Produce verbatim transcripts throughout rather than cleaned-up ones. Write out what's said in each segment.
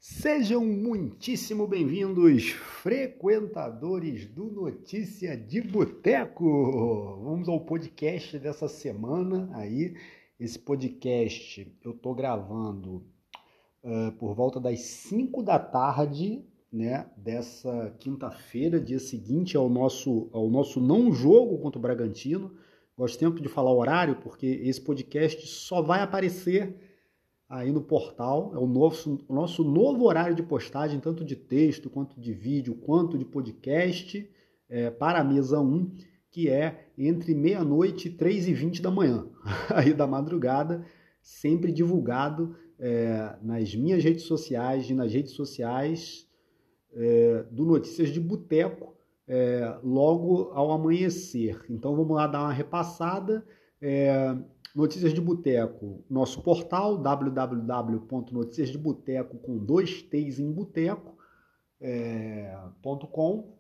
Sejam muitíssimo bem-vindos, frequentadores do Notícia de Boteco. Vamos ao podcast dessa semana aí. Esse podcast eu tô gravando uh, por volta das cinco da tarde, né, dessa quinta-feira, dia seguinte ao nosso, ao nosso não jogo contra o Bragantino. Gosto sempre de falar o horário, porque esse podcast só vai aparecer aí no portal. É o nosso, o nosso novo horário de postagem, tanto de texto, quanto de vídeo, quanto de podcast, é, para a mesa um, que é entre meia-noite e três e vinte da manhã, aí da madrugada, sempre divulgado é, nas minhas redes sociais e nas redes sociais é, do Notícias de Boteco, é, logo ao amanhecer. Então vamos lá dar uma repassada. É, Notícias de Boteco, nosso portal, w w w ponto noticias de boteco com dois t's em boteco, é, ponto com.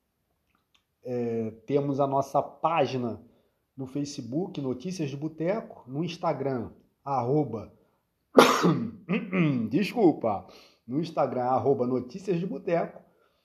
É, temos a nossa página no Facebook, Notícias de Boteco, no Instagram, arroba, desculpa, no Instagram, arroba Notícias de Boteco.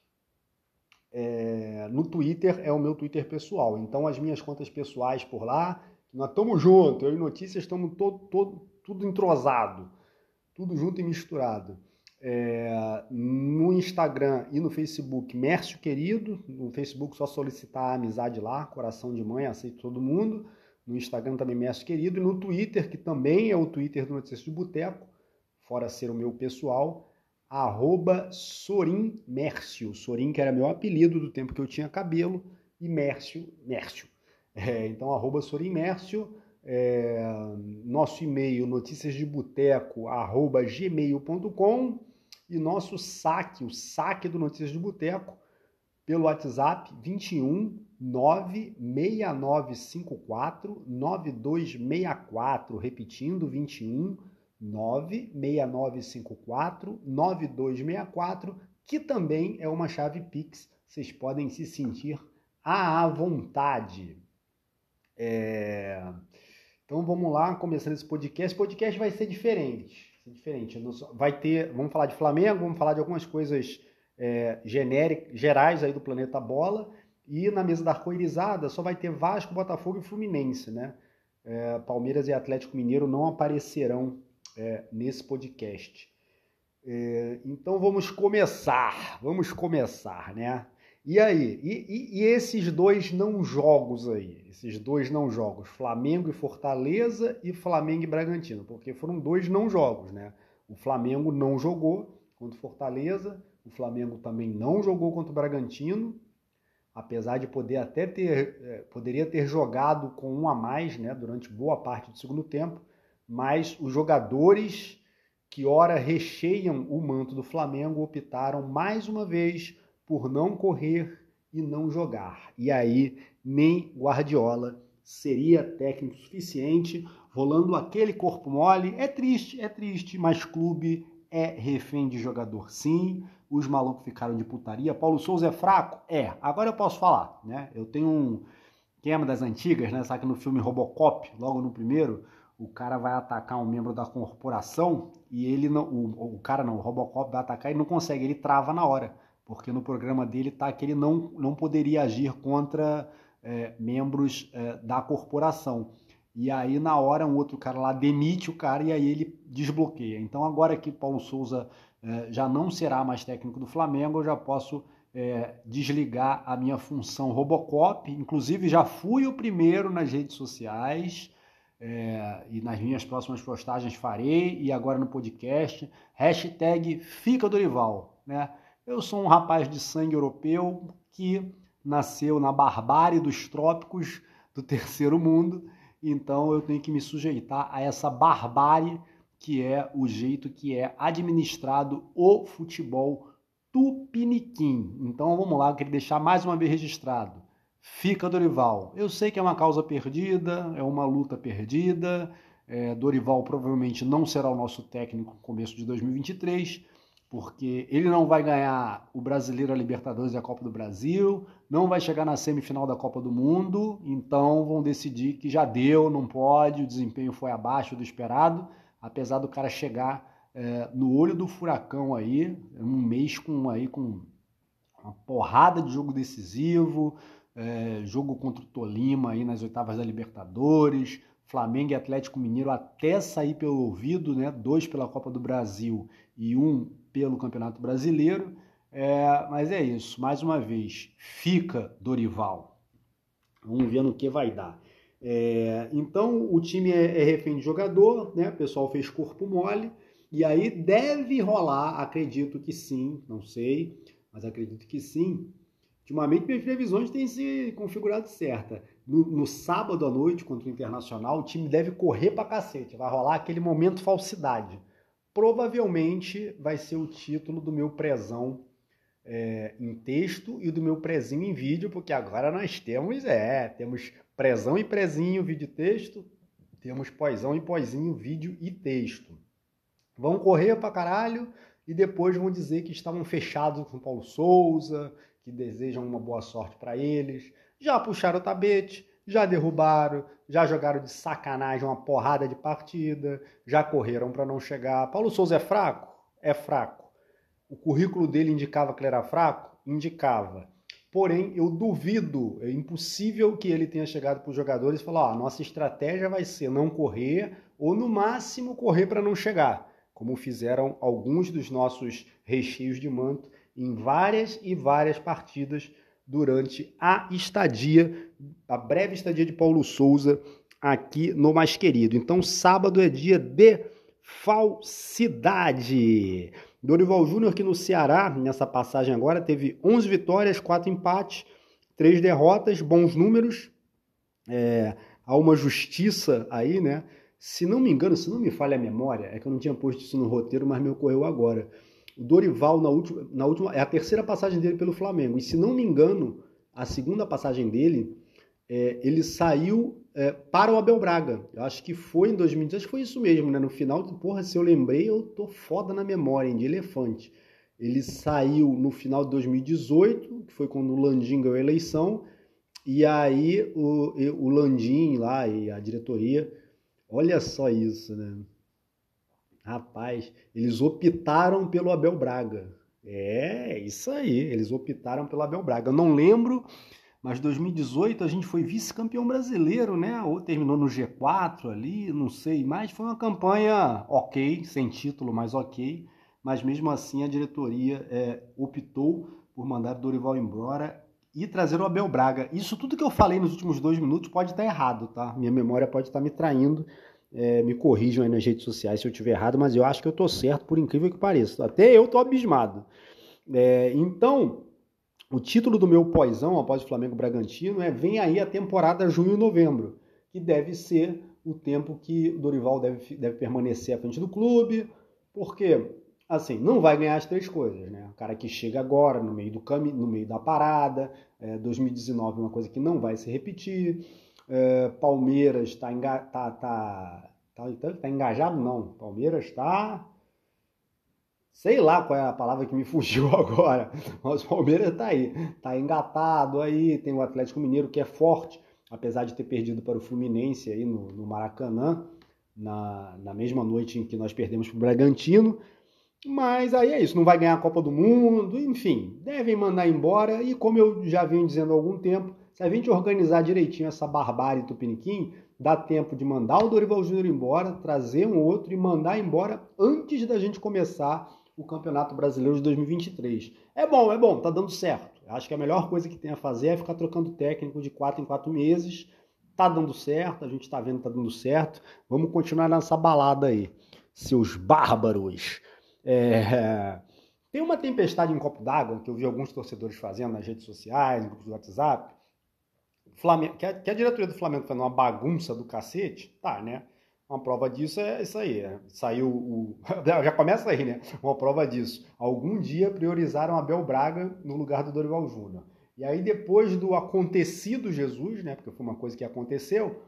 É, no Twitter é o meu Twitter pessoal, então as minhas contas pessoais por lá, nós estamos juntos, eu e Notícias estamos todo, todo, tudo entrosado, tudo junto e misturado. É, no Instagram e no Facebook, Mércio Querido. No Facebook só solicitar a amizade lá, coração de mãe, aceito todo mundo. No Instagram também Mércio Querido. E no Twitter, que também é o Twitter do Notícias de Boteco, fora ser o meu pessoal, arroba Sorim Mércio. Sorim, que era meu apelido do tempo que eu tinha cabelo, e Mércio, Mércio. É, então, arroba Sorimércio, é, nosso e-mail noticiasdeboteco, arroba gmail ponto com, e nosso saque, o saque do Notícias de Boteco, pelo WhatsApp vinte e um, nove seis nove cinco quatro, nove dois seis quatro, repetindo, vinte e um, nove seis nove cinco quatro, nove dois seis quatro, que também é uma chave Pix, vocês podem se sentir à vontade. É... Então vamos lá, começando esse podcast. Esse podcast vai ser diferente. Vai ser diferente. Vai ter, vamos falar de Flamengo, vamos falar de algumas coisas é, genéricas, gerais aí do Planeta Bola. E na mesa da arco-irizada só vai ter Vasco, Botafogo e Fluminense, né? É, Palmeiras e Atlético Mineiro não aparecerão é, nesse podcast. É, então vamos começar. Vamos começar, né? E aí, e, e, e esses dois não jogos aí, esses dois não jogos, Flamengo e Fortaleza e Flamengo e Bragantino, porque foram dois não jogos, né? O Flamengo não jogou contra o Fortaleza, o Flamengo também não jogou contra o Bragantino, apesar de poder até ter, poderia ter jogado com um a mais, né, durante boa parte do segundo tempo, mas os jogadores que ora recheiam o manto do Flamengo optaram mais uma vez por não correr e não jogar. E aí, nem Guardiola seria técnico suficiente, rolando aquele corpo mole. É triste, é triste, mas clube é refém de jogador, sim. Os malucos ficaram de putaria. Paulo Souza é fraco? É. Agora eu posso falar, né? Eu tenho um... Quem é uma das antigas, né? Sabe que no filme Robocop, logo no primeiro, o cara vai atacar um membro da corporação e ele não... O, o cara não, o Robocop vai atacar e não consegue, ele trava na hora. Porque no programa dele está que ele não, não poderia agir contra é, membros é, da corporação. E aí, na hora, um outro cara lá demite o cara e aí ele desbloqueia. Então, agora que Paulo Souza é, já não será mais técnico do Flamengo, eu já posso é, desligar a minha função Robocop. Inclusive, já fui o primeiro nas redes sociais é, e nas minhas próximas postagens farei. E agora no podcast, hashtag Fica Dorival, né? Eu sou um rapaz de sangue europeu que nasceu na barbárie dos trópicos do terceiro mundo, então eu tenho que me sujeitar a essa barbárie que é o jeito que é administrado o futebol tupiniquim. Então vamos lá, eu queria deixar mais uma vez registrado. Fica Dorival. Eu sei que é uma causa perdida, é uma luta perdida, é, Dorival provavelmente não será o nosso técnico no começo de dois mil e vinte e três, porque ele não vai ganhar o Brasileiro, a Libertadores e a Copa do Brasil, não vai chegar na semifinal da Copa do Mundo, então vão decidir que já deu, não pode, o desempenho foi abaixo do esperado, apesar do cara chegar é, no olho do furacão aí, um mês com, aí, com uma porrada de jogo decisivo, é, jogo contra o Tolima aí nas oitavas da Libertadores, Flamengo e Atlético Mineiro até sair pelo ouvido, né? Dois pela Copa do Brasil e um pelo Campeonato Brasileiro. É, mas é isso, mais uma vez, fica Dorival. Vamos ver no que vai dar. É, então, o time é, é refém de jogador, né? O pessoal fez corpo mole, e aí deve rolar, acredito que sim, não sei, mas acredito que sim. Ultimamente, minhas previsões têm se configurado certa. No, no sábado à noite, contra o Internacional, o time deve correr pra cacete. Vai rolar aquele momento falsidade. Provavelmente vai ser o título do meu prezão é, em texto e do meu prezinho em vídeo, porque agora nós temos, é, temos prezão e prezinho, vídeo e texto, temos pós-ão e pós-inho, vídeo e texto. Vão correr pra caralho e depois vão dizer que estavam fechados com o Paulo Souza, que desejam uma boa sorte para eles. Já puxaram o tapete, já derrubaram, já jogaram de sacanagem uma porrada de partida, já correram para não chegar. Paulo Souza é fraco? É fraco. O currículo dele indicava que ele era fraco? Indicava. Porém, eu duvido, é impossível que ele tenha chegado para os jogadores e falado, ó, a nossa estratégia vai ser não correr ou, no máximo, correr para não chegar, como fizeram alguns dos nossos recheios de manto em várias e várias partidas durante a estadia, a breve estadia de Paulo Souza aqui no Mais Querido. Então, sábado é dia de falsidade. Dorival Júnior aqui no Ceará, nessa passagem agora, teve onze vitórias, quatro empates, três derrotas, bons números. É, há uma justiça aí, né? Se não me engano, se não me falha a memória, é que eu não tinha posto isso no roteiro, mas me ocorreu agora. O Dorival, na última, na última, é a terceira passagem dele pelo Flamengo. E se não me engano, a segunda passagem dele, é, ele saiu é, para o Abel Braga. Eu acho que foi em dois mil e dezoito, acho que foi isso mesmo, né? No final, porra, se eu lembrei, eu tô foda na memória, hein, de elefante. Ele saiu no final de dois mil e dezoito, que foi quando o Landim ganhou a eleição, e aí o, o Landim lá e a diretoria, olha só isso, né? Rapaz, eles optaram pelo Abel Braga. É, isso aí, eles optaram pelo Abel Braga. Eu não lembro, mas dois mil e dezoito a gente foi vice-campeão brasileiro, né? Ou terminou no G quatro ali, não sei. Mas foi uma campanha ok, sem título, mas ok. Mas mesmo assim a diretoria é, optou por mandar o Dorival embora e trazer o Abel Braga. Isso tudo que eu falei nos últimos dois minutos pode estar errado, tá? Minha memória pode estar me traindo. É, me corrijam aí nas redes sociais se eu estiver errado, mas eu acho que eu estou certo, por incrível que pareça. Até eu estou abismado. É, então, o título do meu pós-ão, após o Flamengo Bragantino, é Vem aí a temporada junho-novembro, que deve ser o tempo que o Dorival deve, deve permanecer à frente do clube, porque, assim, não vai ganhar as três coisas, né? O cara que chega agora, no meio do caminho, no meio da parada, é, dois mil e dezenove é uma coisa que não vai se repetir. É, Palmeiras está enga tá, tá, tá, tá engajado? Não. Palmeiras está... Sei lá qual é a palavra que me fugiu agora. Mas o Palmeiras está aí. Está engatado aí. Tem o Atlético Mineiro que é forte, apesar de ter perdido para o Fluminense aí no, no Maracanã, na, na mesma noite em que nós perdemos para o Bragantino. Mas aí é isso. Não vai ganhar a Copa do Mundo. Enfim, devem mandar embora. E como eu já venho dizendo há algum tempo, se a gente organizar direitinho essa barbárie tupiniquim, dá tempo de mandar o Dorival Júnior embora, trazer um outro e mandar embora antes da gente começar o Campeonato Brasileiro de dois mil e vinte e três. É bom, é bom, tá dando certo. Acho que a melhor coisa que tem a fazer é ficar trocando técnico de quatro em quatro meses. Tá dando certo, a gente tá vendo que tá dando certo. Vamos continuar nessa balada aí, seus bárbaros. É... Tem uma tempestade em copo d'água que eu vi alguns torcedores fazendo nas redes sociais, em grupos do WhatsApp. Flamengo, que, a, que a diretoria do Flamengo foi uma bagunça do cacete, tá, né? Uma prova disso é isso aí. É, saiu o... Já começa aí, né? Uma prova disso. Algum dia priorizaram Abel Braga no lugar do Dorival Júnior. E aí, depois do acontecido Jesus, né? Porque foi uma coisa que aconteceu,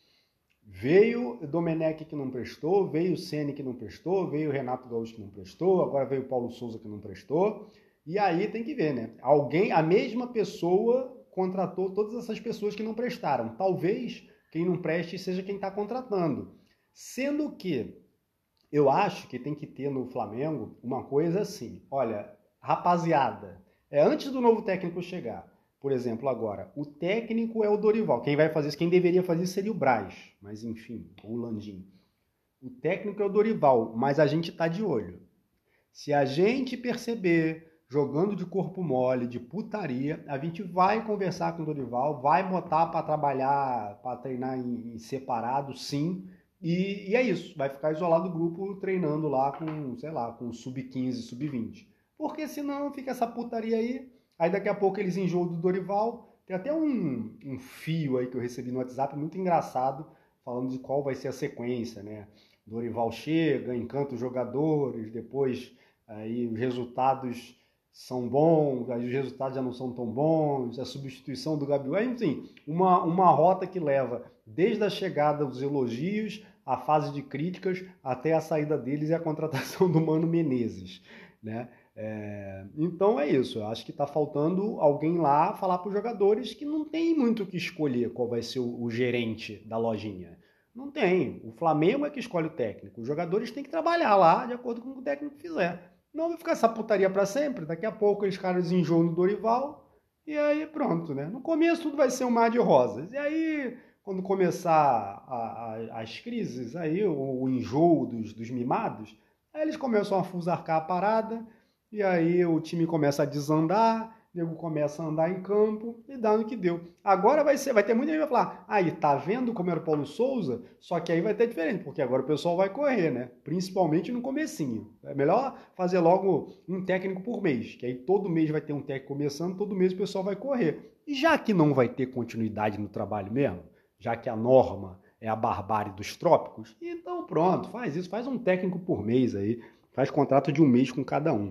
veio Domenech que não prestou, veio Ceni que não prestou, veio Renato Gaúcho que não prestou, agora veio Paulo Souza que não prestou. E aí tem que ver, né? Alguém, a mesma pessoa contratou todas essas pessoas que não prestaram. Talvez quem não preste seja quem está contratando. Sendo que Eu acho que tem que ter no Flamengo uma coisa assim, olha, rapaziada, é antes do novo técnico chegar. Por exemplo, agora, o técnico é o Dorival. Quem vai fazer isso, quem deveria fazer isso seria o Braz, mas enfim, o Landim. O técnico é o Dorival, mas a gente tá de olho. Se a gente perceber jogando de corpo mole, de putaria, a gente vai conversar com o Dorival, vai botar para trabalhar, para treinar em, em separado, sim. E, e é isso, vai ficar isolado do grupo treinando lá com, sei lá, com sub quinze, sub vinte. Porque senão fica essa putaria aí, aí daqui a pouco eles enjoam do Dorival. Tem até um, um fio aí que eu recebi no WhatsApp, muito engraçado, falando de qual vai ser a sequência, né? Dorival chega, encanta os jogadores, depois aí os resultados são bons, aí os resultados já não são tão bons, a substituição do Gabriel, enfim, uma, uma rota que leva desde a chegada dos elogios, a fase de críticas, até a saída deles e a contratação do Mano Menezes, né? É, então é isso, eu acho que está faltando alguém lá falar para os jogadores que não tem muito o que escolher qual vai ser o, o gerente da lojinha. Não tem. O Flamengo é que escolhe o técnico. Os jogadores têm que trabalhar lá de acordo com o que o técnico fizer. Não vai ficar essa putaria para sempre. Daqui a pouco eles caras enjoam do Dorival e aí pronto, né? No começo tudo vai ser um mar de rosas. E aí, quando começar a, a, as crises, aí o, o enjoo dos, dos mimados, aí eles começam a fusarcar a parada e aí o time começa a desandar, o nego começa a andar em campo e dá no que deu. Agora vai ser, vai ter muita gente que vai falar, aí, tá vendo como era o Paulo Souza? Só que aí vai ter diferente, porque agora o pessoal vai correr, né? Principalmente no comecinho. É melhor fazer logo um técnico por mês, que aí todo mês vai ter um técnico começando, todo mês o pessoal vai correr. E já que não vai ter continuidade no trabalho mesmo, já que a norma é a barbárie dos trópicos, então pronto, faz isso, faz um técnico por mês aí, faz contrato de um mês com cada um.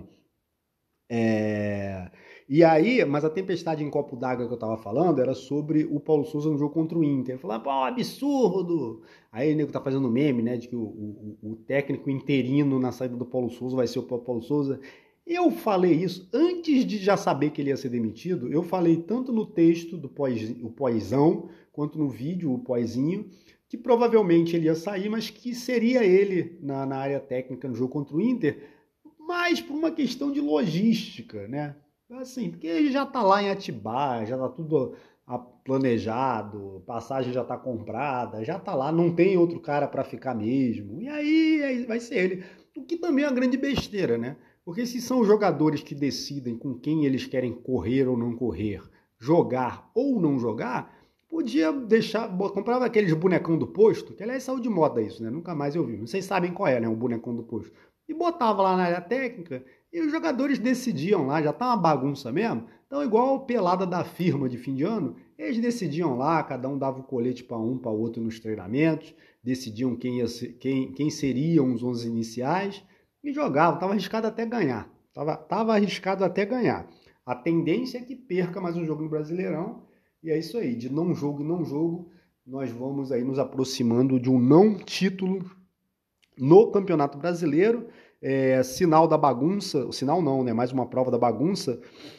É... E aí, mas a tempestade em copo d'água que eu tava falando era sobre o Paulo Souza no jogo contra o Inter. Falar, pô, absurdo! Aí o nego tá fazendo meme, né, de que o, o, o técnico interino na saída do Paulo Souza vai ser o Paulo Souza. Eu falei isso antes de já saber que ele ia ser demitido. Eu falei tanto no texto do pós, o pós-ão, quanto no vídeo, o pós-inho, que provavelmente ele ia sair, mas que seria ele na, na área técnica no jogo contra o Inter, mas por uma questão de logística, né? Assim, porque ele já tá lá em Atibaia, já tá tudo planejado, passagem já tá comprada, já tá lá, não tem outro cara para ficar mesmo. E aí, aí vai ser ele. O que também é uma grande besteira, né? Porque se são os jogadores que decidem com quem eles querem correr ou não correr, jogar ou não jogar, podia deixar, comprava aqueles bonecão do posto, que aliás saiu de moda isso, né? Nunca mais eu vi. Vocês sabem qual é, né? O bonecão do posto. E botava lá na área técnica e os jogadores decidiam lá, já tá uma bagunça mesmo. Então, igual a pelada da firma de fim de ano, eles decidiam lá, cada um dava o colete para um, para outro nos treinamentos, decidiam quem, ia ser, quem, quem seriam os onze iniciais e jogavam. Tava arriscado até ganhar. Tava, tava arriscado até ganhar. A tendência é que perca mais um jogo no Brasileirão. E é isso aí, de não jogo em não jogo, nós vamos aí nos aproximando de um não título no Campeonato Brasileiro. É, sinal da bagunça, o sinal não, né? Mais uma prova da bagunça.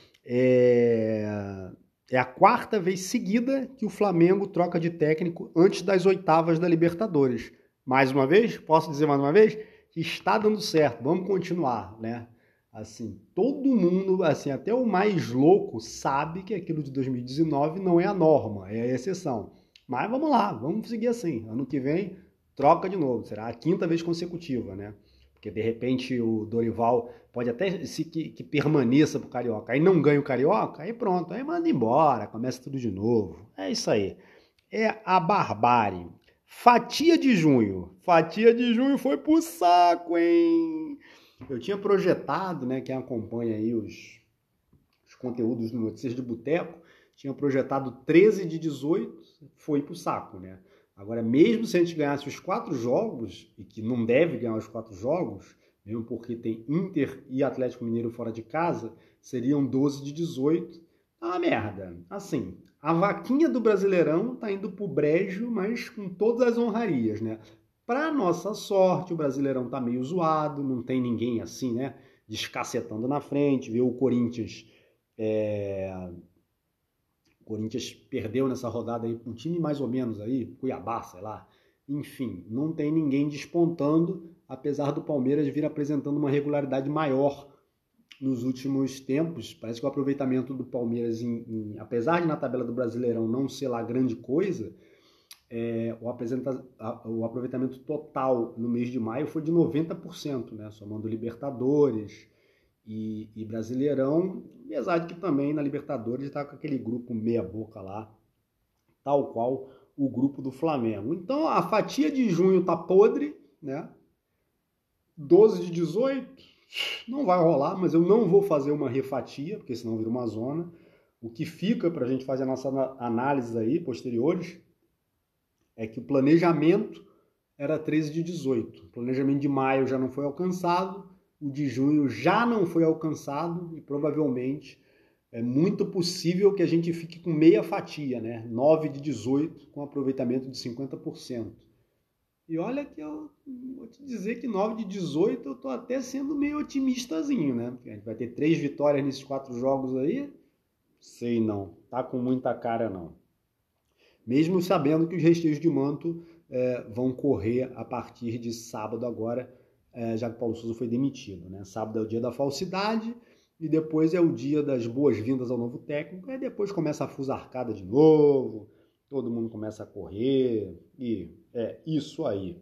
É, é a quarta vez seguida que o Flamengo troca de técnico antes das oitavas da Libertadores. Mais uma vez, posso dizer mais uma vez, que está dando certo, vamos continuar, né? Assim, todo mundo, assim, até o mais louco sabe que aquilo de dois mil e dezenove não é a norma, é a exceção. Mas vamos lá, vamos seguir assim. Ano que vem, troca de novo, será a quinta vez consecutiva, né? Porque de repente o Dorival pode até se que, que permaneça pro Carioca, aí não ganha o Carioca, aí pronto, aí manda embora, começa tudo de novo. É isso aí. É a barbárie. Fatia de junho. Fatia de junho foi pro saco, hein? Eu tinha projetado, né, quem acompanha aí os, os conteúdos do Notícias de Boteco, tinha projetado treze de dezoito, foi pro saco, né? Agora, mesmo se a gente ganhasse os quatro jogos, e que não deve ganhar os quatro jogos, mesmo porque tem Inter e Atlético Mineiro fora de casa, seriam doze de dezoito. Tá uma merda. Assim, a vaquinha do Brasileirão tá indo pro brejo, mas com todas as honrarias, né? Para nossa sorte, o Brasileirão tá meio zoado, não tem ninguém assim, né? Descacetando na frente, viu o Corinthians... É... O Corinthians perdeu nessa rodada aí com um time mais ou menos aí, Cuiabá, sei lá. enfim, não tem ninguém despontando, apesar do Palmeiras vir apresentando uma regularidade maior nos últimos tempos. Parece que o aproveitamento do Palmeiras, em, em, apesar de na tabela do Brasileirão não ser lá grande coisa, é, o, a, o aproveitamento total no mês de maio foi de noventa por cento, né, somando Libertadores e, e Brasileirão, apesar de que também na Libertadores está com aquele grupo meia boca lá, tal qual o grupo do Flamengo. Então a fatia de junho tá podre, né? doze de dezoito, não vai rolar, mas eu não vou fazer uma refatia, porque senão vira uma zona. O que fica para a gente fazer a nossa análise aí, posteriores, é que o planejamento era treze de dezoito. O planejamento de maio já não foi alcançado, o de junho já não foi alcançado e provavelmente é muito possível que a gente fique com meia fatia, né? nove de dezoito, com aproveitamento de cinquenta por cento. E olha que eu vou te dizer que nove de dezoito eu tô até sendo meio otimistazinho, né? Porque a gente vai ter três vitórias nesses quatro jogos aí. Sei não, tá com muita cara não. Mesmo sabendo que os resteios de manto é, vão correr a partir de sábado agora, é, já que o Paulo Souza foi demitido, né? Sábado é o dia da falsidade e depois é o dia das boas-vindas ao novo técnico. E depois começa a fusarcada de novo, todo mundo começa a correr e é isso aí.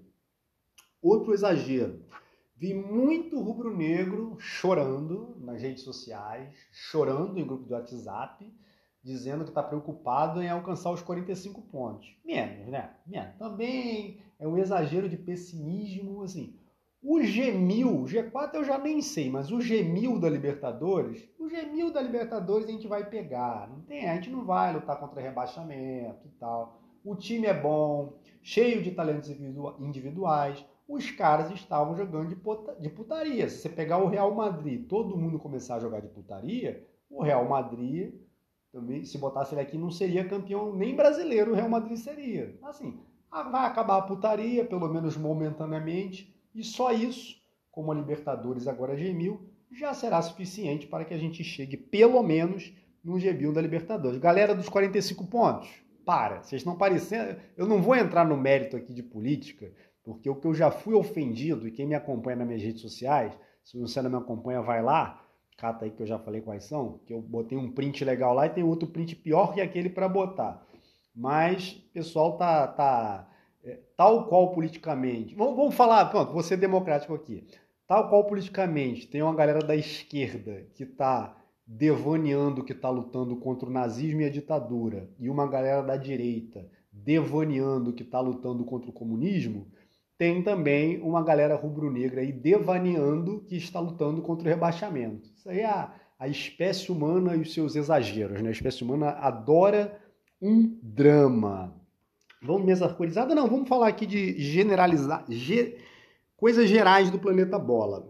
Outro exagero. Vi muito rubro-negro chorando nas redes sociais, chorando em grupo de WhatsApp, dizendo que está preocupado em alcançar os quarenta e cinco pontos. Menos, né? Menos. Também é um exagero de pessimismo, assim. O G mil, o G quatro eu já nem sei, mas o G mil da Libertadores, o G mil da Libertadores a gente vai pegar. Não tem, a gente não vai lutar contra rebaixamento e tal. O time é bom, cheio de talentos individuais. Os caras estavam jogando de, puta, de putaria. Se você pegar o Real Madrid, todo mundo começar a jogar de putaria, o Real Madrid, também, se botasse ele aqui, não seria campeão nem brasileiro, o Real Madrid seria. Assim, vai acabar a putaria, pelo menos momentaneamente, e só isso, como a Libertadores agora é G mil, já será suficiente para que a gente chegue pelo menos no G mil da Libertadores. Galera dos quarenta e cinco pontos, para, vocês estão parecendo... Eu não vou entrar no mérito aqui de política, porque o que eu já fui ofendido, e quem me acompanha nas minhas redes sociais, se você não me acompanha, vai lá, cata aí que eu já falei quais são, que eu botei um print legal lá e tem outro print pior que aquele para botar. Mas o pessoal tá... tá É, tal qual politicamente, vamos, vamos falar, pronto, vou ser democrático aqui, tal qual politicamente tem uma galera da esquerda que está devaneando, que está lutando contra o nazismo e a ditadura, e uma galera da direita devaneando, que está lutando contra o comunismo, tem também uma galera rubro-negra aí devaneando, que está lutando contra o rebaixamento. Isso aí é a, a espécie humana e os seus exageros, né? A espécie humana adora um drama. Vamos mesa arcorizada? Não, vamos falar aqui de generalizar, ge, coisas gerais do planeta bola.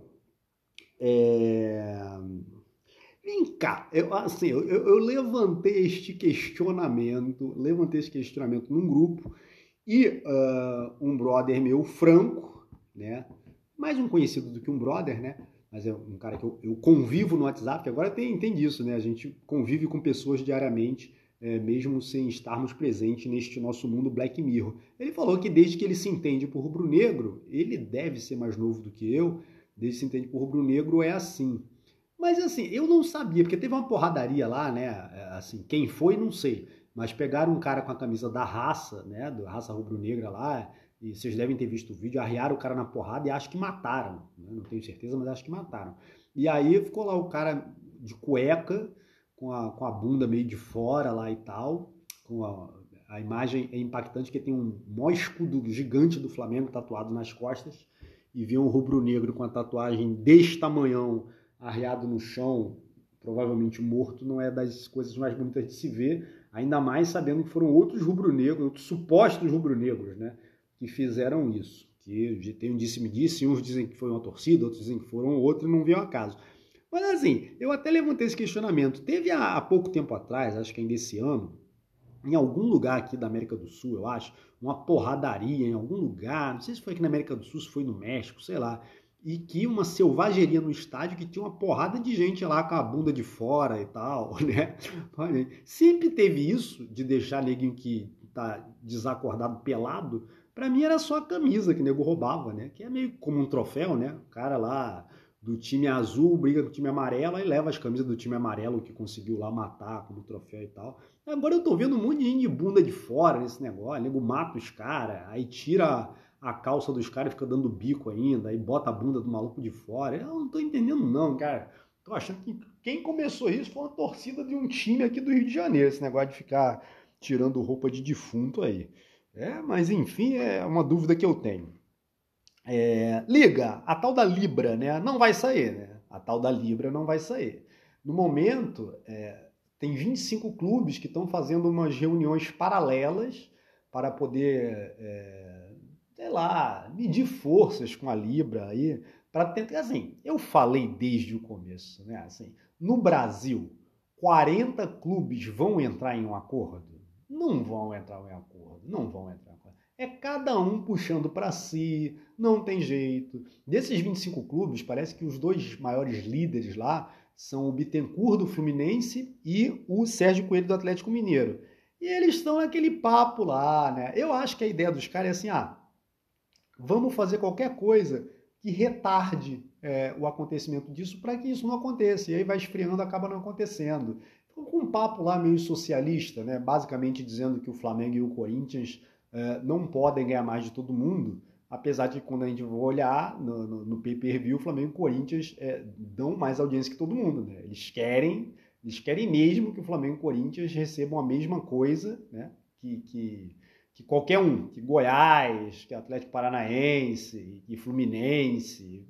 É... Vem cá, eu, assim, eu, eu levantei este questionamento, levantei este questionamento num grupo e uh, um brother meu, Franco, né? Mais um conhecido do que um brother, né? Mas é um cara que eu, eu convivo no WhatsApp, que agora tem, tem disso, né? A gente convive com pessoas diariamente, É, mesmo sem estarmos presentes neste nosso mundo Black Mirror. Ele falou que desde que ele se entende por rubro-negro, ele deve ser mais novo do que eu, desde que se entende por rubro-negro é assim. Mas assim, eu não sabia, porque teve uma porradaria lá, né? Assim, quem foi, não sei. Mas pegaram um cara com a camisa da raça, né? Da raça rubro-negra lá, e vocês devem ter visto o vídeo, arriaram o cara na porrada e acho que mataram. Né? Não tenho certeza, mas acho que mataram. E aí ficou lá o cara de cueca, Com a, com a bunda meio de fora lá e tal, com a, a imagem é impactante porque tem um maior escudo gigante do Flamengo tatuado nas costas e vê um rubro-negro com a tatuagem deste tamanhão arriado no chão, provavelmente morto, não é das coisas mais bonitas de se ver, ainda mais sabendo que foram outros rubro-negros, outros supostos rubro-negros, né, que fizeram isso, que tem um disse-me-disse, uns dizem que foi uma torcida, outros dizem que foram outro e não veio a caso. Mas assim, eu até levantei esse questionamento. Teve há, há pouco tempo atrás, acho que ainda esse ano, em algum lugar aqui da América do Sul, eu acho, uma porradaria em algum lugar, não sei se foi aqui na América do Sul, se foi no México, sei lá, e que uma selvageria no estádio que tinha uma porrada de gente lá com a bunda de fora e tal, né? Sempre teve isso de deixar neguinho que tá desacordado pelado Pra mim era só a camisa que o nego roubava, né? Que é meio como um troféu, né? O cara lá do time azul briga com o time amarelo e leva as camisas do time amarelo que conseguiu lá matar como troféu e tal. Agora eu tô vendo um monte de gente de bunda de fora nesse negócio. O nego mata os caras, aí tira a calça dos caras e fica dando bico ainda, aí bota a bunda do maluco de fora. Eu não tô entendendo não, cara. Tô achando que quem começou isso foi uma torcida de um time aqui do Rio de Janeiro, esse negócio de ficar tirando roupa de defunto aí. É, mas enfim, é uma dúvida que eu tenho. É, Liga, a tal da Libra, né? Não vai sair, né? A tal da Libra não vai sair. No momento, é, tem vinte e cinco clubes que estão fazendo umas reuniões paralelas para poder, é, sei lá, medir forças com a Libra aí, para tentar, assim, eu falei desde o começo, né? Assim, no Brasil, quarenta clubes vão entrar em um acordo? Não vão entrar em um acordo, não vão entrar em um acordo. É cada um puxando para si, não tem jeito. Desses vinte e cinco clubes, parece que os dois maiores líderes lá são o Bittencourt do Fluminense e o Sérgio Coelho do Atlético Mineiro. E eles estão naquele papo lá, né? Eu acho que a ideia dos caras é assim, ah, vamos fazer qualquer coisa que retarde é, o acontecimento disso para que isso não aconteça. E aí vai esfriando, acaba não acontecendo. Ficou com um papo lá meio socialista, né? Basicamente dizendo que o Flamengo e o Corinthians é, não podem ganhar mais de todo mundo, apesar de que quando a gente for olhar no, no, no pay-per-view, o Flamengo e o Corinthians é, dão mais audiência que todo mundo, né? Eles querem, eles querem mesmo que o Flamengo e o Corinthians recebam a mesma coisa, né? Que... que que qualquer um, que Goiás, que Atlético Paranaense, que Fluminense,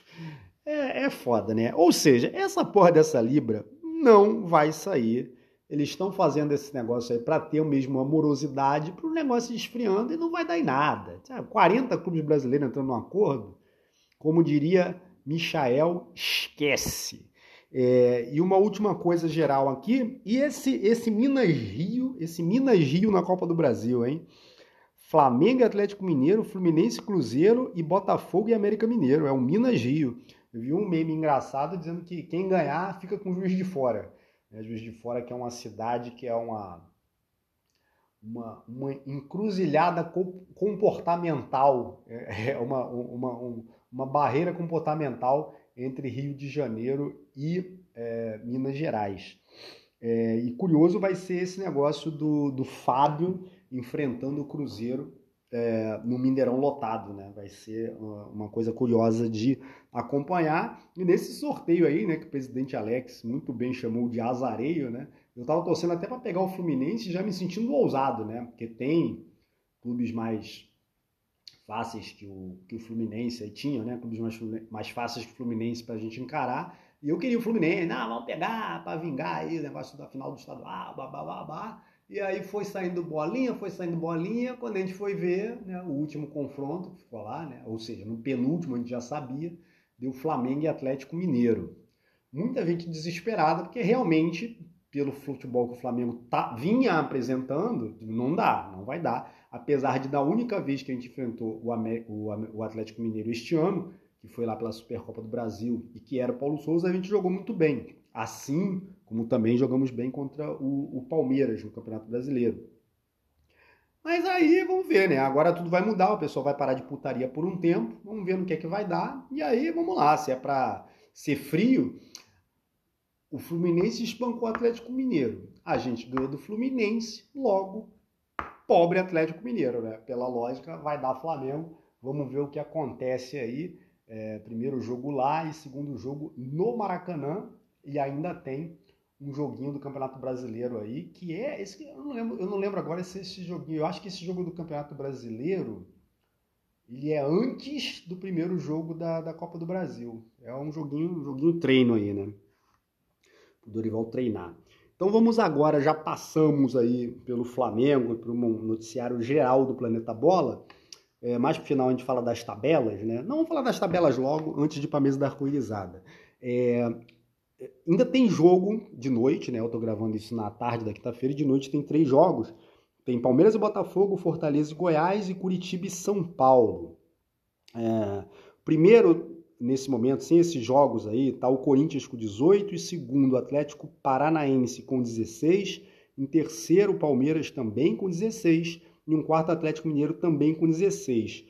é, é foda, né? Ou seja, essa porra dessa Libra não vai sair. Eles estão fazendo esse negócio aí para ter mesmo amorosidade, para o negócio esfriando e não vai dar em nada. Sabe? quarenta clubes brasileiros entrando num acordo, como diria Michael, esquece. É, e uma última coisa geral aqui, e esse, esse Minas Rio, esse Minas Rio na Copa do Brasil, hein? Flamengo e Atlético Mineiro, Fluminense, Cruzeiro e Botafogo e América Mineiro, é o Minas Rio. Eu vi um meme engraçado dizendo que quem ganhar fica com o Juiz de Fora. É, Juiz de Fora que é uma cidade que é uma, uma, uma encruzilhada comportamental, é uma, uma, uma barreira comportamental entre Rio de Janeiro e é, Minas Gerais. É, e curioso vai ser esse negócio do, do Fábio enfrentando o Cruzeiro é, no Mineirão lotado, né? Vai ser uma, uma coisa curiosa de acompanhar. E nesse sorteio aí, né, que o presidente Alex muito bem chamou de azareio, né? Eu tava torcendo até para pegar o Fluminense, já me sentindo ousado, né? Porque tem clubes mais fáceis que o, que o Fluminense aí tinha, né? Clubes mais, mais fáceis que o Fluminense pra gente encarar. E eu queria o Fluminense, não, vamos pegar para vingar aí o negócio da final do estadual, babá, babá. E aí foi saindo bolinha, foi saindo bolinha. Quando a gente foi ver, né, o último confronto que ficou lá, né? Ou seja, no penúltimo a gente já sabia, deu Flamengo e Atlético Mineiro. Muita gente desesperada, porque realmente, pelo futebol que o Flamengo tá, vinha apresentando, não dá, não vai dar. Apesar de da única vez que a gente enfrentou o, o, o Atlético Mineiro este ano, que foi lá pela Supercopa do Brasil e que era o Paulo Souza, a gente jogou muito bem. Assim como também jogamos bem contra o, o Palmeiras no Campeonato Brasileiro. Mas aí, vamos ver, né? Agora tudo vai mudar, o pessoal vai parar de putaria por um tempo, vamos ver no que é que vai dar, e aí vamos lá, se é pra ser frio, o Fluminense espancou o Atlético Mineiro. A gente ganhou do Fluminense, logo, pobre Atlético Mineiro, né? Pela lógica, vai dar Flamengo, vamos ver o que acontece aí. É, primeiro jogo lá e segundo jogo no Maracanã, e ainda tem um joguinho do Campeonato Brasileiro aí, que é esse, eu não lembro, eu não lembro agora se esse joguinho, eu acho que esse jogo do Campeonato Brasileiro, ele é antes do primeiro jogo da, da Copa do Brasil. É um joguinho, um joguinho treino aí, né? O Dorival treinar. Então vamos agora, já passamos aí pelo Flamengo, por um noticiário geral do Planeta Bola. É, mais pro final a gente fala das tabelas, né? Não, vamos falar das tabelas logo, antes de ir para a mesa da arco-irizada. É, ainda tem jogo de noite, né? Eu tô gravando isso na tarde da quinta-feira, e de noite tem três jogos. Tem Palmeiras e Botafogo, Fortaleza e Goiás, e Curitiba e São Paulo. É, primeiro, nesse momento, sem esses jogos aí, tá o Corinthians com dezoito, e segundo o Atlético Paranaense com dezesseis, em terceiro o Palmeiras também com dezesseis, e um quarto Atlético Mineiro também com dezesseis.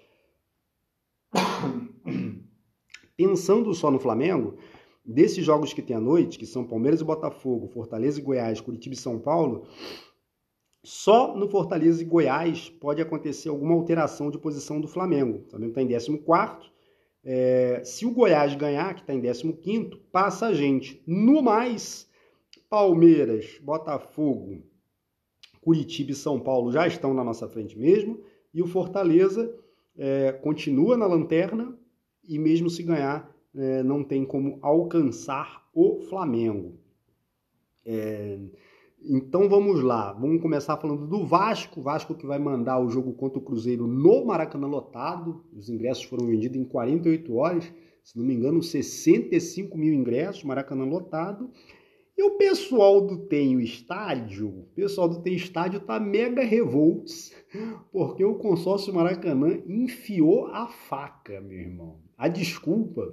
Pensando só no Flamengo, desses jogos que tem à noite, que são Palmeiras e Botafogo, Fortaleza e Goiás, Curitiba e São Paulo, só no Fortaleza e Goiás pode acontecer alguma alteração de posição do Flamengo. O Flamengo está em décimo quarto. É, se o Goiás ganhar, que está em décimo quinto, passa a gente. No mais, Palmeiras, Botafogo, Curitiba e São Paulo já estão na nossa frente mesmo. E o Fortaleza é, continua na lanterna e mesmo se ganhar, é, não tem como alcançar o Flamengo. É... Então vamos lá, vamos começar falando do Vasco, Vasco que vai mandar o jogo contra o Cruzeiro no Maracanã lotado, os ingressos foram vendidos em quarenta e oito horas, se não me engano sessenta e cinco mil ingressos, Maracanã lotado, e o pessoal do Tem Estádio, o pessoal do Tem Estádio tá mega revoltos, porque o consórcio Maracanã enfiou a faca, meu irmão, a desculpa...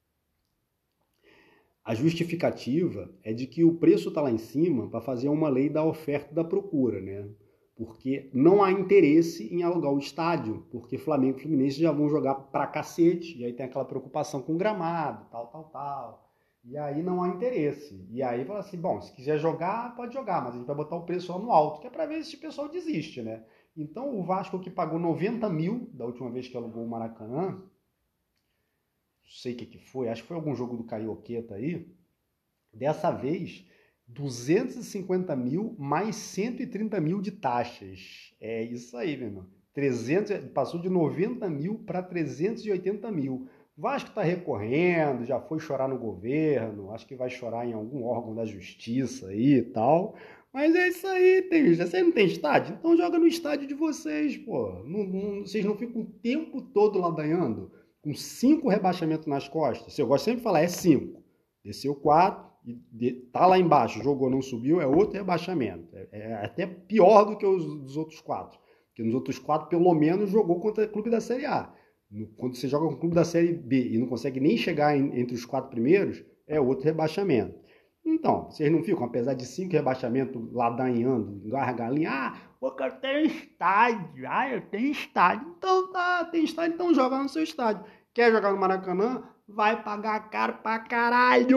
A justificativa é de que o preço está lá em cima para fazer uma lei da oferta e da procura, né? Porque não há interesse em alugar o estádio, porque Flamengo e Fluminense já vão jogar pra cacete, e aí tem aquela preocupação com o gramado, tal, tal, tal. E aí não há interesse. E aí fala assim, bom, se quiser jogar, pode jogar, mas a gente vai botar o preço lá no alto, que é para ver se o pessoal desiste, né? Então o Vasco que pagou noventa mil da última vez que alugou o Maracanã, não sei o que, que foi, acho que foi algum jogo do Carioqueta aí, dessa vez, duzentos e cinquenta mil mais cento e trinta mil de taxas. É isso aí, meu irmão. trezentos, passou de noventa mil para trezentos e oitenta mil. Vasco está recorrendo, já foi chorar no governo, acho que vai chorar em algum órgão da justiça aí e tal. Mas é isso aí, tem, vocês não tem estádio? Então joga no estádio de vocês, pô. Não, não, vocês não ficam o tempo todo ladainhando com cinco rebaixamentos nas costas. Eu gosto sempre de falar, é cinco. Desceu quatro, e de, tá lá embaixo, jogou, não subiu, é outro rebaixamento. É, é até pior do que os dos outros quatro. Porque nos outros quatro, pelo menos, jogou contra o clube da Série A. No, quando você joga com o clube da Série B e não consegue nem chegar em, entre os quatro primeiros, é outro rebaixamento. Então, vocês não ficam, apesar de cinco rebaixamentos ladainhando, gargalinha, ah, porque eu tenho estádio, ah, eu tenho estádio. Então tá, tem estádio, então joga no seu estádio. Quer jogar no Maracanã? Vai pagar caro pra caralho!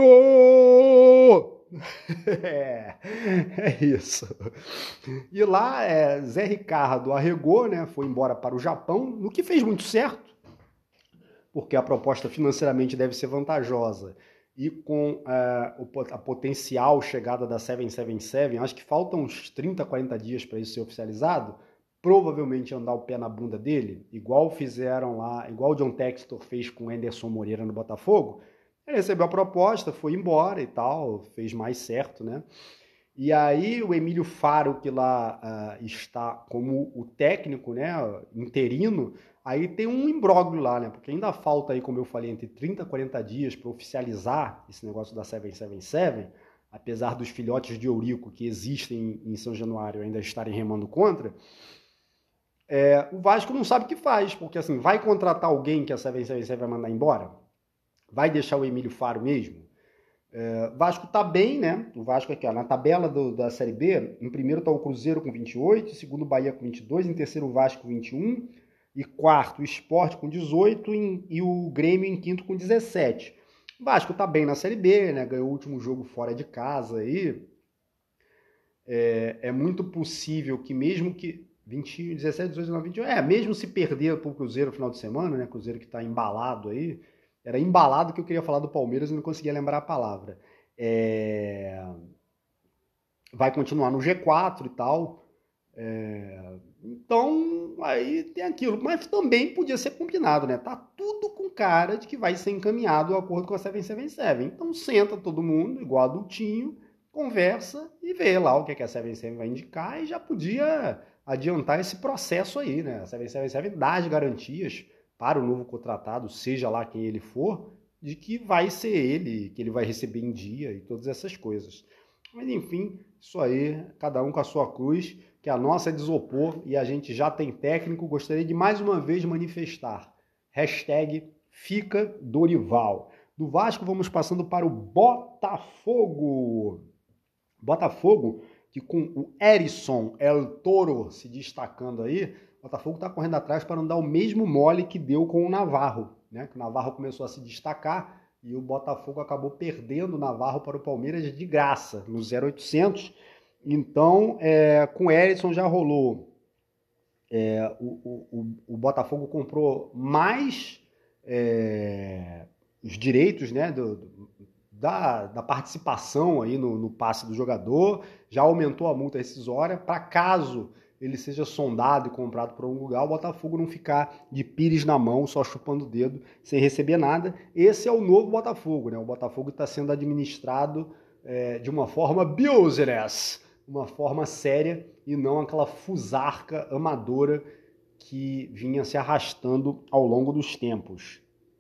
É, é isso. E lá, é, Zé Ricardo arregou, né, foi embora para o Japão, no que fez muito certo, porque a proposta financeiramente deve ser vantajosa. E com uh, a potencial chegada da sete sete sete, acho que faltam uns trinta, quarenta dias para isso ser oficializado, provavelmente andar o pé na bunda dele, igual fizeram lá, igual o John Textor fez com o Anderson Moreira no Botafogo. Ele recebeu a proposta, foi embora e tal, fez mais certo, né? E aí o Emílio Faro, que lá uh, está como o técnico, né, interino, aí tem um imbróglio lá, né? Porque ainda falta aí, como eu falei, entre trinta e quarenta dias para oficializar esse negócio da sete sete sete, apesar dos filhotes de Eurico que existem em São Januário ainda estarem remando contra, é, o Vasco não sabe o que faz, porque assim, vai contratar alguém que a sete sete sete vai mandar embora? Vai deixar o Emílio Faro mesmo? É, Vasco tá bem, né? O Vasco aqui, ó, na tabela do, da Série B, em primeiro tá o Cruzeiro com vinte e oito, em segundo o Bahia com vinte e dois, em terceiro o Vasco com vinte e um, e quarto o Sport com dezoito em, e o Grêmio em quinto com dezessete. O Vasco tá bem na Série B, né? Ganhou o último jogo fora de casa aí. É, é muito possível que mesmo que vinte, dezessete, dezoito, dezenove, vinte e um, é, mesmo se perder pro Cruzeiro no final de semana, né? Cruzeiro que tá embalado aí. Era embalado que eu queria falar do Palmeiras e não conseguia lembrar a palavra. É... Vai continuar no G quatro e tal. É... Então, aí tem aquilo. Mas também podia ser combinado, né? Tá tudo com cara de que vai ser encaminhado de acordo com a sete sete sete. Então senta todo mundo, igual adultinho, conversa e vê lá o que, é que a sete sete vai indicar e já podia adiantar esse processo aí, né? A sete sete sete dá as garantias para o novo contratado, seja lá quem ele for, de que vai ser ele, que ele vai receber em dia e todas essas coisas. Mas enfim, isso aí, cada um com a sua cruz, que a nossa é de isopor e a gente já tem técnico. Gostaria de mais uma vez manifestar. Hashtag fica Dorival. Do Vasco vamos passando para o Botafogo. Botafogo, que com o Erisson El Toro se destacando aí, o Botafogo está correndo atrás para não dar o mesmo mole que deu com o Navarro, né? Que o Navarro começou a se destacar e o Botafogo acabou perdendo o Navarro para o Palmeiras de graça, no zero oitocentos. Então, é, com o Erisson já rolou. É, o, o, o Botafogo comprou mais é, os direitos, né, do, do, da, da participação aí no, no passe do jogador, já aumentou a multa rescisória, para caso ele seja sondado e comprado por algum lugar, o Botafogo não ficar de pires na mão, só chupando o dedo, sem receber nada. Esse é o novo Botafogo, né? O Botafogo está sendo administrado é, de uma forma business, uma forma séria, e não aquela fusarca amadora que vinha se arrastando ao longo dos tempos.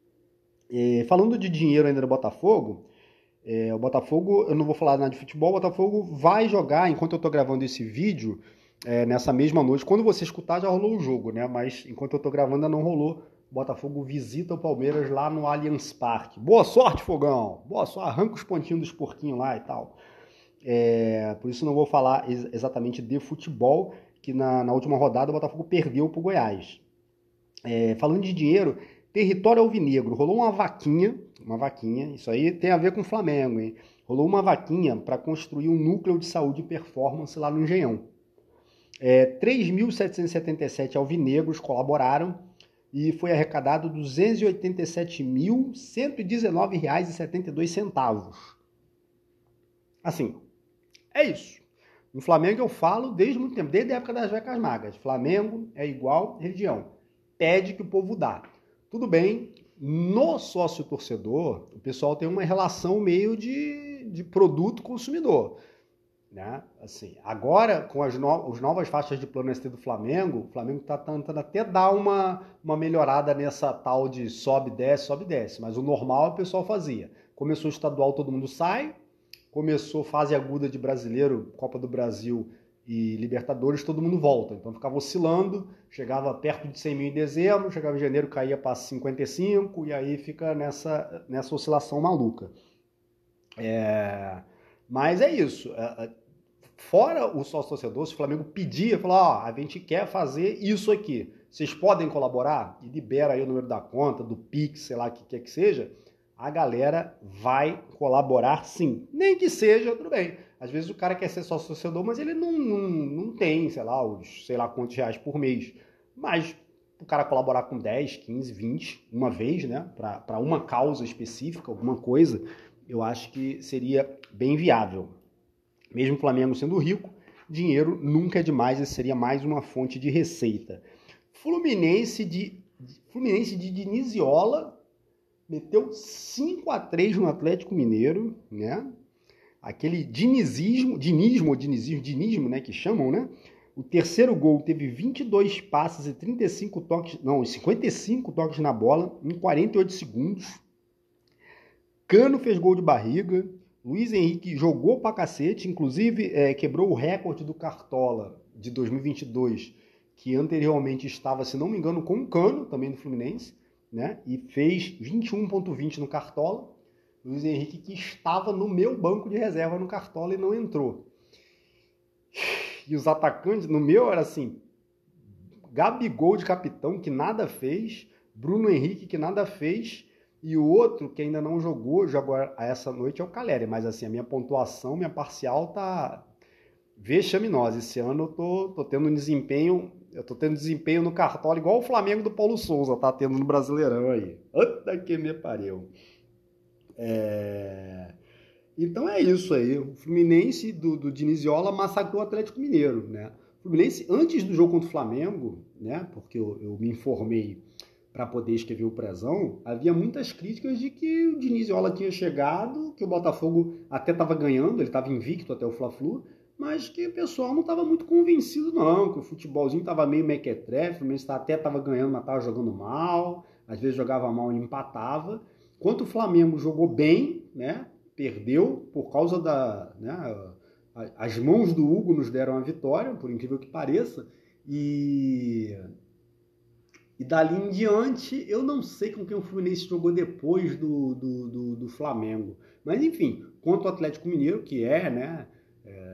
É, falando de dinheiro ainda do Botafogo, é, o Botafogo, eu não vou falar nada de futebol, o Botafogo vai jogar, enquanto eu estou gravando esse vídeo, é, nessa mesma noite. Quando você escutar, já rolou o jogo, né? Mas enquanto eu estou gravando, ainda não rolou. O Botafogo visita o Palmeiras lá no Allianz Parque. Boa sorte, Fogão! Boa sorte, arranca os pontinhos dos porquinhos lá e tal. É, por isso não vou falar ex- exatamente de futebol, que na, na última rodada o Botafogo perdeu para o Goiás. É, falando de dinheiro, território alvinegro, rolou uma vaquinha, uma vaquinha, isso aí tem a ver com o Flamengo, hein? Rolou uma vaquinha para construir um núcleo de saúde e performance lá no Engenhão. É, três mil setecentos e setenta e sete alvinegros colaboraram e foi arrecadado duzentos e oitenta e sete mil cento e dezenove reais e setenta e dois centavos. Assim, é isso. No Flamengo eu falo desde muito tempo, desde a época das vacas magras. Flamengo é igual religião. Pede que o povo dá. Tudo bem, no sócio-torcedor, o pessoal tem uma relação meio de, de produto-consumidor. Né? Assim, agora, com as, no, as novas faixas de plano S T do Flamengo, o Flamengo está tentando até dar uma, uma melhorada nessa tal de sobe, desce, sobe, desce. Mas o normal o pessoal fazia. Começou o estadual, todo mundo sai. Começou fase aguda de brasileiro, Copa do Brasil e Libertadores, todo mundo volta. Então ficava oscilando, chegava perto de cem mil em dezembro, chegava em janeiro, caía para cinquenta e cinco, e aí fica nessa, nessa oscilação maluca. É... Mas é isso. Fora o sócio-torcedor, se o Flamengo pedia, falou, ó, a gente quer fazer isso aqui, vocês podem colaborar? E libera aí o número da conta, do Pix, sei lá o que quer que seja, a galera vai colaborar sim. Nem que seja, tudo bem. Às vezes o cara quer ser sócio-torcedor, mas ele não, não, não tem, sei lá, os sei lá quantos reais por mês. Mas o cara colaborar com dez, quinze, vinte, uma vez, né, para uma causa específica, alguma coisa, eu acho que seria bem viável. Mesmo o Flamengo sendo rico, dinheiro nunca é demais e seria mais uma fonte de receita. Fluminense de, Fluminense de Diniziola meteu cinco a três no Atlético Mineiro, né? Aquele dinizismo, dinismo ou dinizismo, dinismo, né, que chamam, né? O terceiro gol teve vinte e dois passes e trinta e cinco toques, não, cinquenta e cinco toques na bola em quarenta e oito segundos. Cano fez gol de barriga. Luiz Henrique jogou pra cacete, inclusive é, quebrou o recorde do Cartola de dois mil e vinte e dois, que anteriormente estava, se não me engano, com o Cano, também do Fluminense, né? E fez vinte e um ponto vinte no Cartola. Luiz Henrique, que estava no meu banco de reserva no Cartola e não entrou. E os atacantes, no meu era assim, Gabigol de capitão, que nada fez, Bruno Henrique, que nada fez, e o outro que ainda não jogou, jogou essa noite, é o Caleri. Mas assim, a minha pontuação, minha parcial tá vexaminosa. Esse ano eu tô, tô tendo um desempenho, eu tô tendo desempenho no Cartola igual o Flamengo do Paulo Souza tá tendo no Brasileirão aí. Puta que me pariu. É... Então é isso aí. O Fluminense do, do Diniziola massacrou o Atlético Mineiro, né? O Fluminense, antes do jogo contra o Flamengo, né? Porque eu, eu me informei para poder escrever o Prezão, havia muitas críticas de que o Diniziola tinha chegado, que o Botafogo até estava ganhando, ele estava invicto até o Fla-Flu, mas que o pessoal não estava muito convencido não, que o futebolzinho estava meio mequetrefe, o Fluminense até estava ganhando, mas estava jogando mal, às vezes jogava mal e empatava. Enquanto o Flamengo jogou bem, né, perdeu por causa da... Né, as mãos do Hugo nos deram a vitória, por incrível que pareça, e... E dali em diante, eu não sei com quem o Fluminense jogou depois do, do, do, do Flamengo. Mas, enfim, contra o Atlético Mineiro, que é, né, é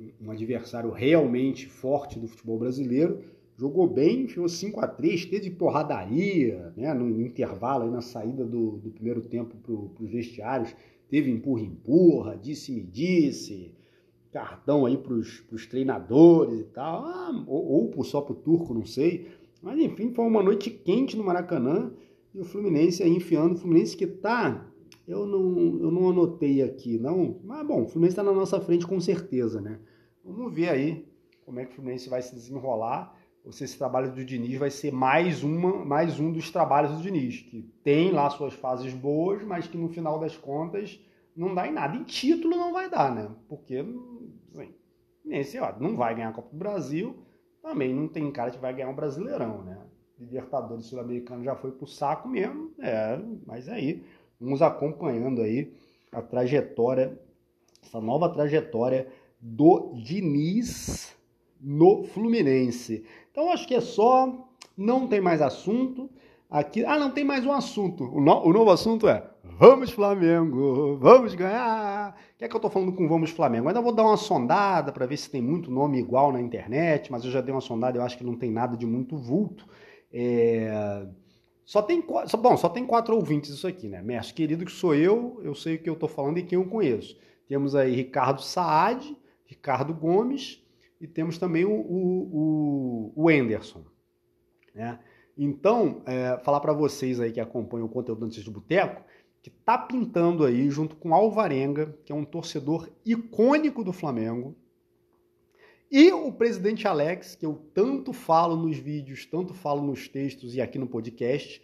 um adversário realmente forte do futebol brasileiro, jogou bem, enfiou cinco a três, teve porradaria, né, no intervalo, aí na saída do, do primeiro tempo para os vestiários, teve empurra-empurra, disse-me-disse, cartão aí para os treinadores e tal, ah, ou, ou só para o Turco, não sei, mas enfim, foi uma noite quente no Maracanã, e o Fluminense aí enfiando, o Fluminense que tá, eu não, eu não anotei aqui, não, mas bom, o Fluminense está na nossa frente com certeza, né, vamos ver aí como é que o Fluminense vai se desenrolar, ou se esse trabalho do Diniz vai ser mais, uma, mais um dos trabalhos do Diniz, que tem lá suas fases boas, mas que no final das contas não dá em nada. E título não vai dar, né? Porque assim, nesse, ó, não vai ganhar a Copa do Brasil, também não tem cara que vai ganhar um Brasileirão, né? Libertadores Sul-Americano já foi pro saco mesmo, é, mas aí, vamos acompanhando aí a trajetória, essa nova trajetória do Diniz no Fluminense. Então, acho que é só, não tem mais assunto. Aqui, ah, não tem mais um assunto. O, no, o novo assunto é Vamos Flamengo, vamos ganhar. O que é que eu tô falando com Vamos Flamengo? Ainda vou dar uma sondada para ver se tem muito nome igual na internet, mas eu já dei uma sondada, eu acho que não tem nada de muito vulto. É... Só tem, só, bom, só tem quatro ouvintes isso aqui, né? Mestre querido, que sou eu, eu sei o que eu tô falando e quem eu conheço. Temos aí Ricardo Saad, Ricardo Gomes, e temos também o, o, o Anderson, né? Então, é, falar para vocês aí que acompanham o conteúdo do Notícias de Boteco, que tá pintando aí, junto com Alvarenga, que é um torcedor icônico do Flamengo, e o presidente Alex, que eu tanto falo nos vídeos, tanto falo nos textos e aqui no podcast,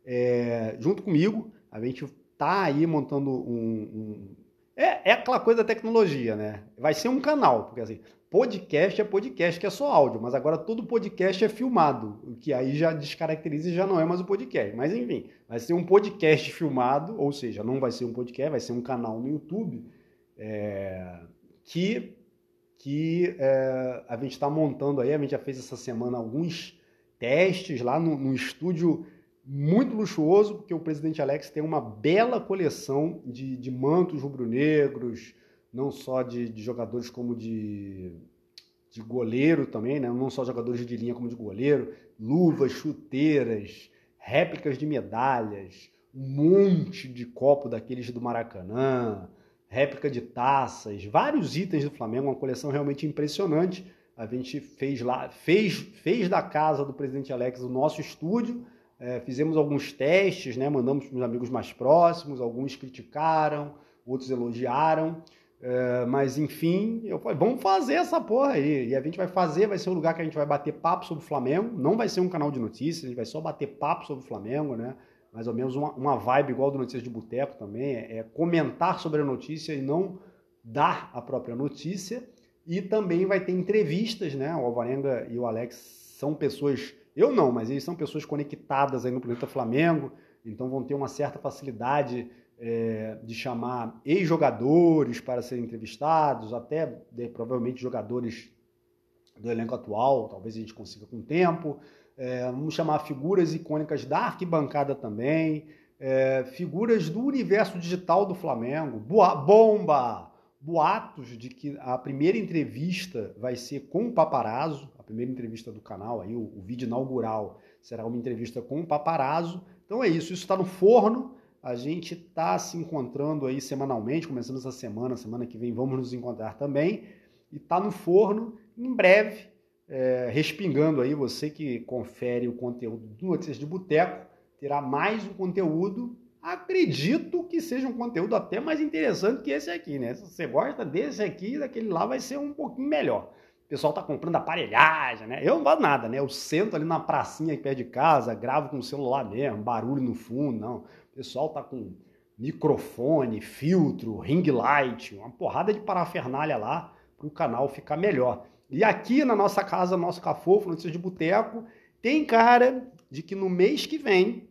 é, junto comigo, a gente tá aí montando um... um é, é aquela coisa da tecnologia, né? Vai ser um canal, porque assim... Podcast é podcast, que é só áudio, mas agora todo podcast é filmado, o que aí já descaracteriza e já não é mais um podcast. Mas enfim, vai ser um podcast filmado, ou seja, não vai ser um podcast, vai ser um canal no YouTube é, que, que é, a gente está montando aí, a gente já fez essa semana alguns testes lá no, no estúdio muito luxuoso, porque o presidente Alex tem uma bela coleção de, de mantos rubro-negros, não só de, de jogadores como de, de goleiro também, né? Não só jogadores de linha como de goleiro, luvas, chuteiras, réplicas de medalhas, um monte de copo daqueles do Maracanã, réplica de taças, vários itens do Flamengo, uma coleção realmente impressionante. A gente fez lá, fez, fez da casa do presidente Alex o nosso estúdio, é, fizemos alguns testes, né? Mandamos para os amigos mais próximos, alguns criticaram, outros elogiaram. É, mas enfim, eu falei, vamos fazer essa porra aí, e a gente vai fazer, vai ser um lugar que a gente vai bater papo sobre o Flamengo, não vai ser um canal de notícias, a gente vai só bater papo sobre o Flamengo, né, mais ou menos uma, uma vibe igual do Notícias de Boteco também, é, é comentar sobre a notícia e não dar a própria notícia, e também vai ter entrevistas, né, o Alvarenga e o Alex são pessoas, eu não, mas eles são pessoas conectadas aí no Planeta Flamengo, então vão ter uma certa facilidade É, de chamar ex-jogadores para serem entrevistados, até de, provavelmente jogadores do elenco atual, talvez a gente consiga com o tempo. É, vamos chamar figuras icônicas da arquibancada também, é, figuras do universo digital do Flamengo, boa, bomba! Boatos de que a primeira entrevista vai ser com o Paparazzo, a primeira entrevista do canal, aí, o, o vídeo inaugural será uma entrevista com o Paparazzo. Então é isso, isso está no forno. A gente está se encontrando aí semanalmente, começando essa semana, semana que vem vamos nos encontrar também, e está no forno, em breve, é, respingando aí, você que confere o conteúdo do Notícias de Boteco, terá mais um conteúdo, acredito que seja um conteúdo até mais interessante que esse aqui, né? Se você gosta desse aqui, daquele lá vai ser um pouquinho melhor. O pessoal tá comprando aparelhagem, né? Eu não faço nada, né? Eu sento ali na pracinha aqui perto de casa, gravo com o celular mesmo, barulho no fundo, não. O pessoal tá com microfone, filtro, ring light, uma porrada de parafernália lá para o canal ficar melhor. E aqui na nossa casa, nosso Cafofo, Notícias de Boteco, tem cara de que no mês que vem,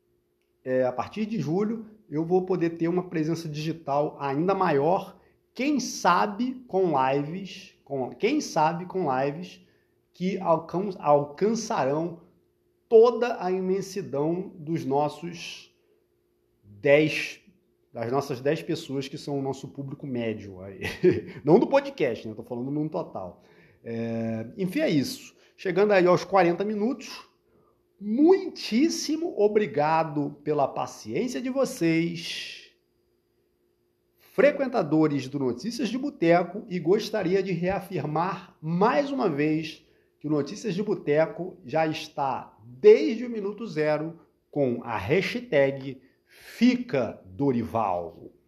é, a partir de julho, eu vou poder ter uma presença digital ainda maior, quem sabe com lives, com, quem sabe com lives que alcan alcançarão toda a imensidão dos nossos dez das nossas dez pessoas que são o nosso público médio. Aí. Não do podcast, né? Estou falando num total. É... Enfim, é isso. Chegando aí aos quarenta minutos, muitíssimo obrigado pela paciência de vocês, frequentadores do Notícias de Boteco, e gostaria de reafirmar mais uma vez que o Notícias de Boteco já está desde o minuto zero com a hashtag Fica Dorival.